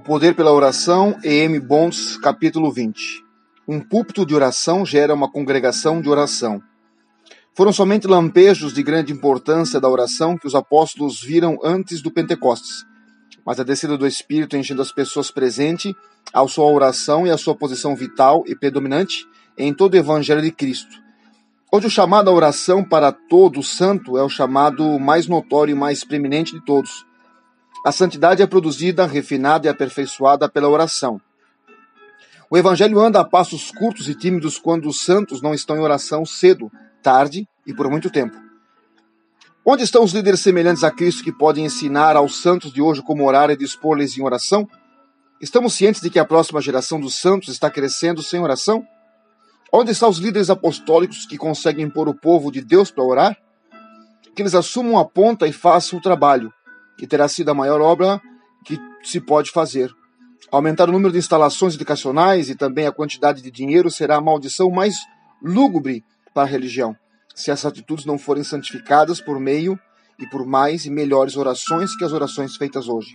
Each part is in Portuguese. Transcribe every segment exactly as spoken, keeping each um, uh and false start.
Poder pela Oração, E M Bonds, capítulo vinte. Um púlpito de oração gera uma congregação de oração. Foram somente lampejos de grande importância da oração que os apóstolos viram antes do Pentecostes, mas a descida do Espírito enchendo as pessoas presentes à sua oração e à sua posição vital e predominante em todo o Evangelho de Cristo. Hoje o chamado à oração para todo santo é o chamado mais notório e mais preeminente de todos. A santidade é produzida, refinada e aperfeiçoada pela oração. O Evangelho anda a passos curtos e tímidos quando os santos não estão em oração cedo, tarde e por muito tempo. Onde estão os líderes semelhantes a Cristo que podem ensinar aos santos de hoje como orar e dispor-lhes em oração? Estamos cientes de que a próxima geração dos santos está crescendo sem oração? Onde estão os líderes apostólicos que conseguem pôr o povo de Deus para orar? Que eles assumam a ponta e façam o trabalho, que terá sido a maior obra que se pode fazer. Aumentar o número de instalações educacionais e também a quantidade de dinheiro será a maldição mais lúgubre para a religião, se essas atitudes não forem santificadas por meio e por mais e melhores orações que as orações feitas hoje.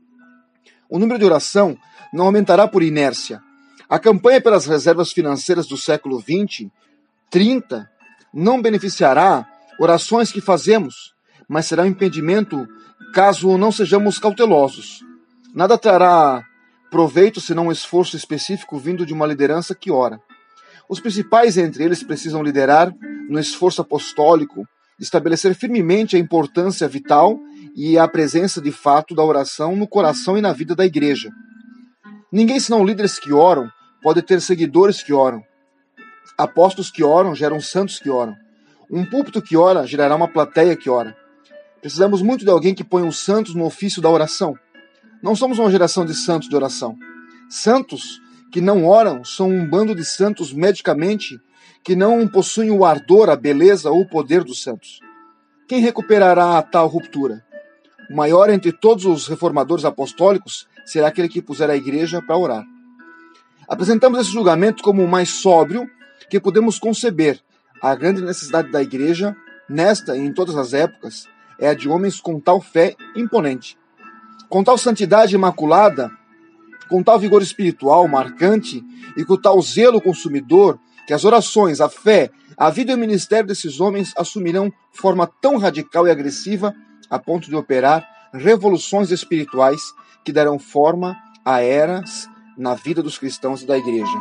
O número de oração não aumentará por inércia. A campanha pelas reservas financeiras do século vinte, trinta, não beneficiará orações que fazemos, mas será um impedimento caso não sejamos cautelosos. Nada trará proveito senão um esforço específico vindo de uma liderança que ora. Os principais entre eles precisam liderar no esforço apostólico, estabelecer firmemente a importância vital e a presença de fato da oração no coração e na vida da igreja. Ninguém senão líderes que oram pode ter seguidores que oram. Apóstolos que oram geram santos que oram. Um púlpito que ora gerará uma plateia que ora. Precisamos muito de alguém que ponha os santos no ofício da oração. Não somos uma geração de santos de oração. Santos que não oram são um bando de santos medicamente que não possuem o ardor, a beleza ou o poder dos santos. Quem recuperará a tal ruptura? O maior entre todos os reformadores apostólicos será aquele que puser a igreja para orar. Apresentamos esse julgamento como o mais sóbrio que podemos conceber. A grande necessidade da igreja, nesta e em todas as épocas, é a de homens com tal fé imponente, com tal santidade imaculada, com tal vigor espiritual marcante e com tal zelo consumidor, que as orações, a fé, a vida e o ministério desses homens assumirão forma tão radical e agressiva a ponto de operar revoluções espirituais que darão forma a eras na vida dos cristãos e da igreja.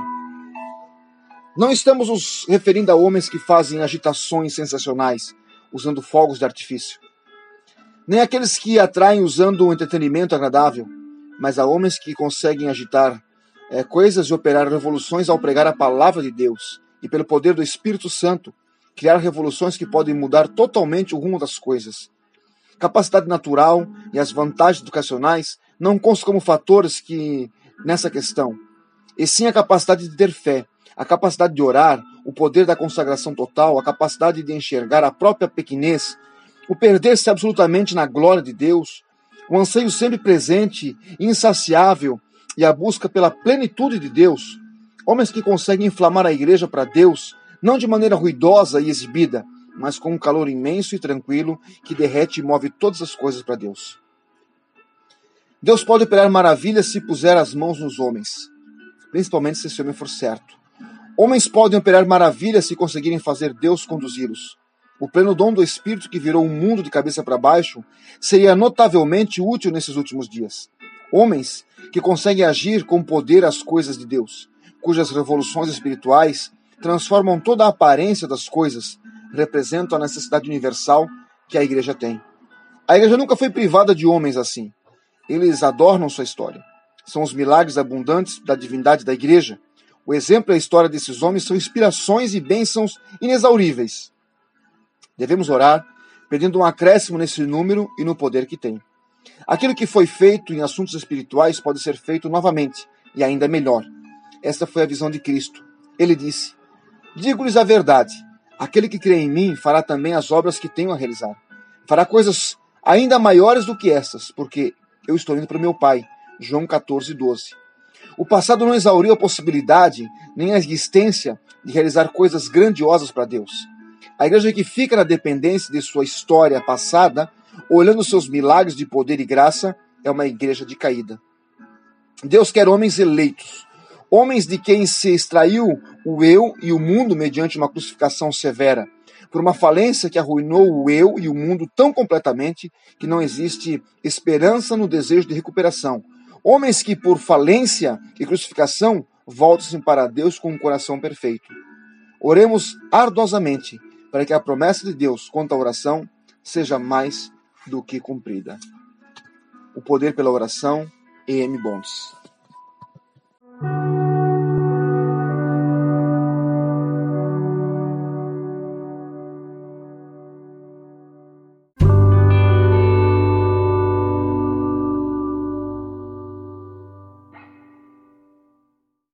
Não estamos nos referindo a homens que fazem agitações sensacionais, usando fogos de artifício, nem aqueles que atraem usando um entretenimento agradável, mas a homens que conseguem agitar é, coisas e operar revoluções ao pregar a palavra de Deus e, pelo poder do Espírito Santo, criar revoluções que podem mudar totalmente o rumo das coisas. Capacidade natural e as vantagens educacionais não constam como fatores que nessa questão, e sim a capacidade de ter fé, a capacidade de orar, o poder da consagração total, a capacidade de enxergar a própria pequenez, o perder-se absolutamente na glória de Deus, o anseio sempre presente, insaciável e a busca pela plenitude de Deus. Homens que conseguem inflamar a igreja para Deus, não de maneira ruidosa e exibida, mas com um calor imenso e tranquilo que derrete e move todas as coisas para Deus. Deus pode operar maravilhas se puser as mãos nos homens, principalmente se esse homem for certo. Homens podem operar maravilhas se conseguirem fazer Deus conduzi-los. O pleno dom do Espírito que virou o mundo de cabeça para baixo seria notavelmente útil nesses últimos dias. Homens que conseguem agir com poder as coisas de Deus, cujas revoluções espirituais transformam toda a aparência das coisas, representam a necessidade universal que a igreja tem. A igreja nunca foi privada de homens assim. Eles adornam sua história. São os milagres abundantes da divindade da igreja. O exemplo e a história desses homens são inspirações e bênçãos inexauríveis. Devemos orar, pedindo um acréscimo nesse número e no poder que tem. Aquilo que foi feito em assuntos espirituais pode ser feito novamente, e ainda melhor. Esta foi a visão de Cristo. Ele disse: digo-lhes a verdade, aquele que crê em mim fará também as obras que tenho a realizar. Fará coisas ainda maiores do que essas, porque eu estou indo para o meu Pai. João quatorze, doze. O passado não exauriu a possibilidade, nem a existência de realizar coisas grandiosas para Deus. A igreja que fica na dependência de sua história passada, olhando seus milagres de poder e graça, é uma igreja de caída. Deus quer homens eleitos, homens de quem se extraiu o eu e o mundo mediante uma crucificação severa, por uma falência que arruinou o eu e o mundo tão completamente que não existe esperança no desejo de recuperação. Homens que, por falência e crucificação, voltam-se para Deus com um coração perfeito. Oremos arduosamente para que a promessa de Deus quanto à oração seja mais do que cumprida. O poder pela oração, E M Bonds.